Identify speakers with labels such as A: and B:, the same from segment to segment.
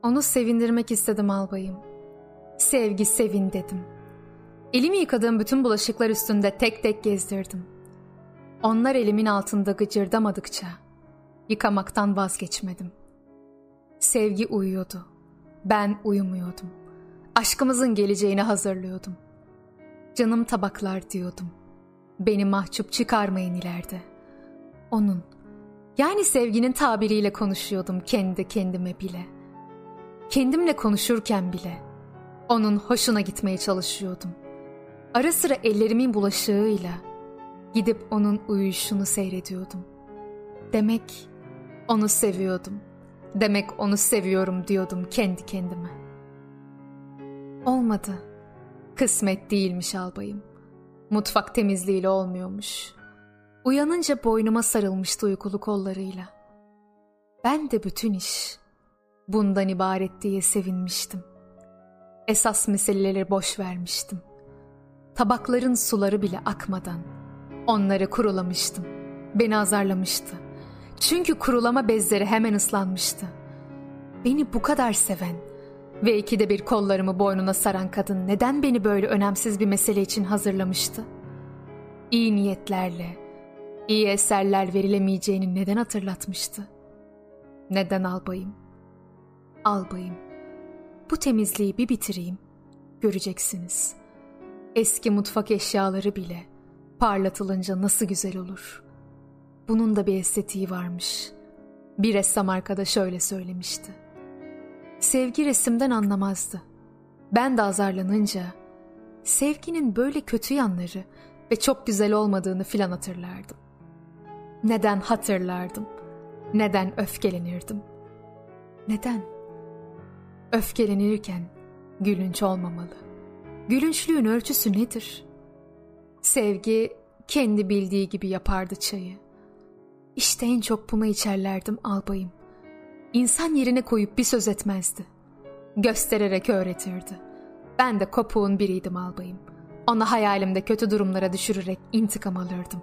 A: Onu sevindirmek istedim albayım. Sevgi sevin dedim. Elimi yıkadığım bütün bulaşıklar üstünde tek tek gezdirdim. Onlar elimin altında gıcırdamadıkça yıkamaktan vazgeçmedim. Sevgi uyuyordu. Ben uyumuyordum. Aşkımızın geleceğini hazırlıyordum. Canım tabaklar diyordum. Beni mahcup çıkarmayın ileride. Onun, yani sevginin tabiriyle konuşuyordum kendi kendime bile. Kendimle konuşurken bile onun hoşuna gitmeye çalışıyordum. Ara sıra ellerimin bulaşığıyla gidip onun uyuyuşunu seyrediyordum. Demek onu seviyordum. Demek onu seviyorum diyordum kendi kendime. Olmadı. Kısmet değilmiş albayım. Mutfak temizliğiyle olmuyormuş. Uyanınca boynuma sarılmıştı uykulu kollarıyla. Ben de bütün iş bundan ibaret diye sevinmiştim. Esas meseleleri boş vermiştim. Tabakların suları bile akmadan onları kurulamıştım. Beni azarlamıştı. Çünkü kurulama bezleri hemen ıslanmıştı. Beni bu kadar seven ve ikide bir kollarımı boynuna saran kadın neden beni böyle önemsiz bir mesele için hazırlamıştı? İyi niyetlerle, iyi eserler verilemeyeceğini neden hatırlatmıştı? Neden albayım? Albayım, bu temizliği bir bitireyim, göreceksiniz. Eski mutfak eşyaları bile parlatılınca nasıl güzel olur. Bunun da bir estetiği varmış. Bir ressam arkadaş öyle söylemişti. Sevgi resimden anlamazdı. Ben de azarlanınca sevginin böyle kötü yanları ve çok güzel olmadığını filan hatırlardım. Neden hatırlardım? Neden öfkelenirdim? Neden? Öfkelenirken gülünç olmamalı. Gülünçlüğün ölçüsü nedir? Sevgi kendi bildiği gibi yapardı çayı. İşte en çok buna içerlerdim albayım. İnsan yerine koyup bir söz etmezdi. Göstererek öğretirdi. Ben de kopuğun biriydim albayım. Onu hayalimde kötü durumlara düşürerek intikam alırdım.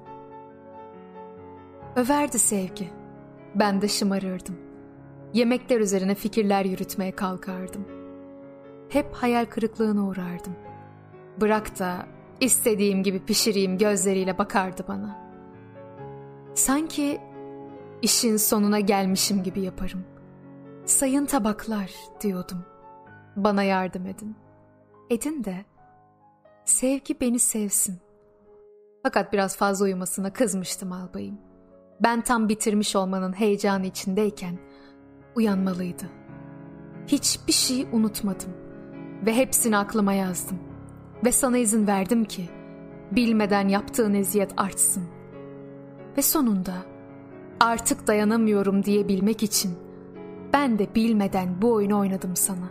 A: Överdi sevgi. Ben de şımarırdım. Yemekler üzerine fikirler yürütmeye kalkardım. Hep hayal kırıklığına uğrardım. Bırak da istediğim gibi pişireyim gözleriyle bakardı bana. Sanki işin sonuna gelmişim gibi yaparım. Sayın tabaklar diyordum. Bana yardım edin. Edin de sevgi beni sevsin. Fakat biraz fazla uyumasına kızmıştım albayım. Ben tam bitirmiş olmanın heyecanı içindeyken uyanmalıydı. Hiçbir şey unutmadım ve hepsini aklıma yazdım. Ve sana izin verdim ki bilmeden yaptığın eziyet artsın. Ve sonunda artık dayanamıyorum diyebilmek için ben de bilmeden bu oyunu oynadım sana.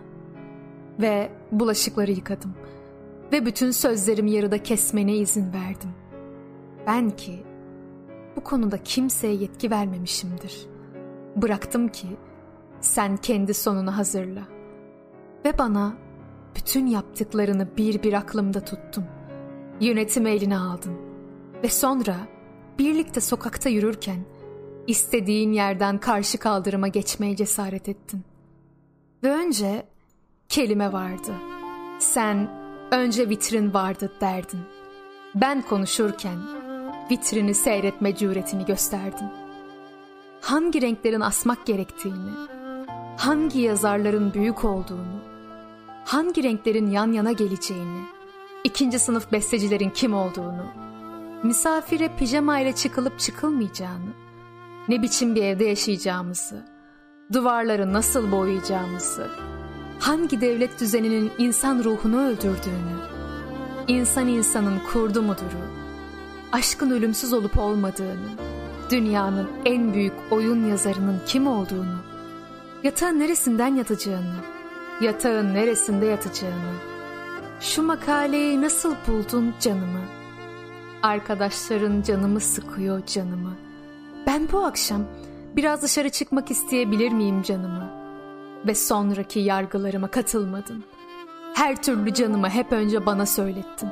A: Ve bulaşıkları yıkadım. Ve bütün sözlerimi yarıda kesmene izin verdim. Ben ki bu konuda kimseye yetki vermemişimdir. Bıraktım ki sen kendi sonunu hazırla. Ve bana bütün yaptıklarını bir bir aklımda tuttum. Yönetimi eline aldın. Ve sonra birlikte sokakta yürürken istediğin yerden karşı kaldırıma geçmeye cesaret ettin. Ve önce kelime vardı. Sen önce vitrin vardı derdin. Ben konuşurken vitrini seyretme cüretini gösterdin. Hangi renklerin asmak gerektiğini, hangi yazarların büyük olduğunu, hangi renklerin yan yana geleceğini, ikinci sınıf bestecilerin kim olduğunu, misafire pijama ile çıkılıp çıkılmayacağını, ne biçim bir evde yaşayacağımızı, duvarları nasıl boyayacağımızı, hangi devlet düzeninin insan ruhunu öldürdüğünü, insan insanın kurdu muduru, aşkın ölümsüz olup olmadığını, dünyanın en büyük oyun yazarının kim olduğunu, yatağın neresinden yatacağını, yatağın neresinde yatacağını, şu makaleyi nasıl buldun canımı, arkadaşların canımı sıkıyor canımı, ben bu akşam biraz dışarı çıkmak isteyebilir miyim canımı, ve sonraki yargılarıma katılmadın. Her türlü canımı hep önce bana söylettin.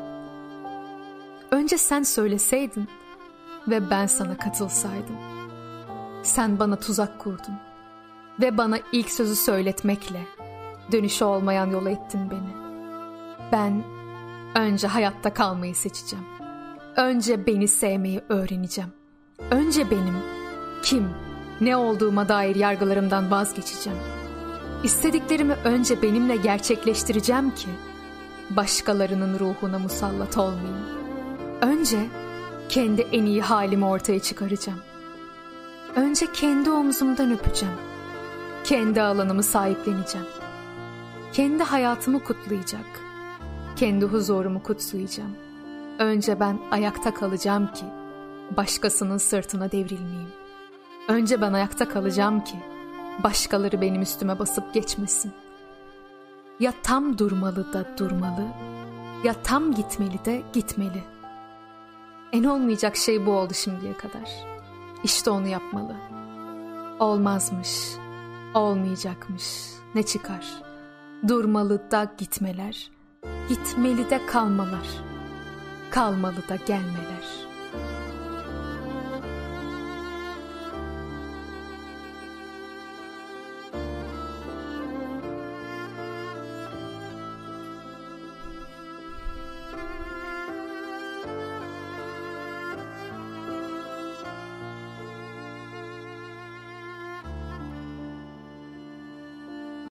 A: Önce sen söyleseydin ve ben sana katılsaydım. Sen bana tuzak kurdun ve bana ilk sözü söyletmekle dönüşü olmayan yola ettin beni. Ben önce hayatta kalmayı seçeceğim. Önce beni sevmeyi öğreneceğim. Önce benim kim, ne olduğuma dair yargılarımdan vazgeçeceğim. İstediklerimi önce benimle gerçekleştireceğim ki başkalarının ruhuna musallat olmayayım. Önce kendi en iyi halimi ortaya çıkaracağım. Önce kendi omzumdan öpeceğim. Kendi alanımı sahipleneceğim. Kendi hayatımı kutlayacak. Kendi huzurumu kutsayacağım. Önce ben ayakta kalacağım ki başkasının sırtına devrilmeyeyim. Önce ben ayakta kalacağım ki başkaları benim üstüme basıp geçmesin. Ya tam durmalı da durmalı, ya tam gitmeli de gitmeli. En olmayacak şey bu oldu şimdiye kadar. İşte onu yapmalı. Olmazmış, olmayacakmış, ne çıkar? Durmalı da gitmeler, gitmeli de kalmalar, kalmalı da gelmeler.